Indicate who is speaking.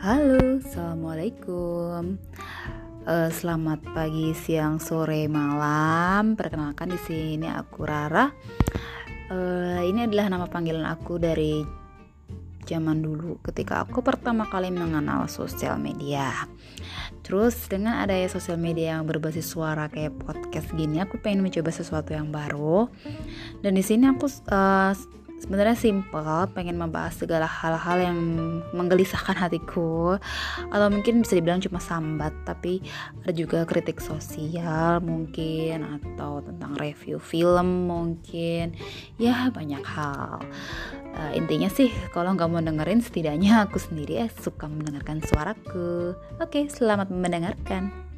Speaker 1: Halo, assalamualaikum. Selamat pagi, siang, sore, malam. Perkenalkan di sini aku Rara. Ini adalah nama panggilan aku dari zaman dulu ketika aku pertama kali mengenal sosial media. Terus dengan adanya sosial media yang berbasis suara kayak podcast gini, aku pengen mencoba sesuatu yang baru. Dan di sini aku sebenarnya simple, pengen membahas segala hal-hal yang menggelisahkan hatiku, atau mungkin bisa dibilang cuma sambat, tapi ada juga kritik sosial mungkin, atau tentang review film mungkin, ya banyak hal. Intinya sih kalau nggak mau dengerin, setidaknya aku sendiri suka mendengarkan suaraku. Oke, selamat mendengarkan.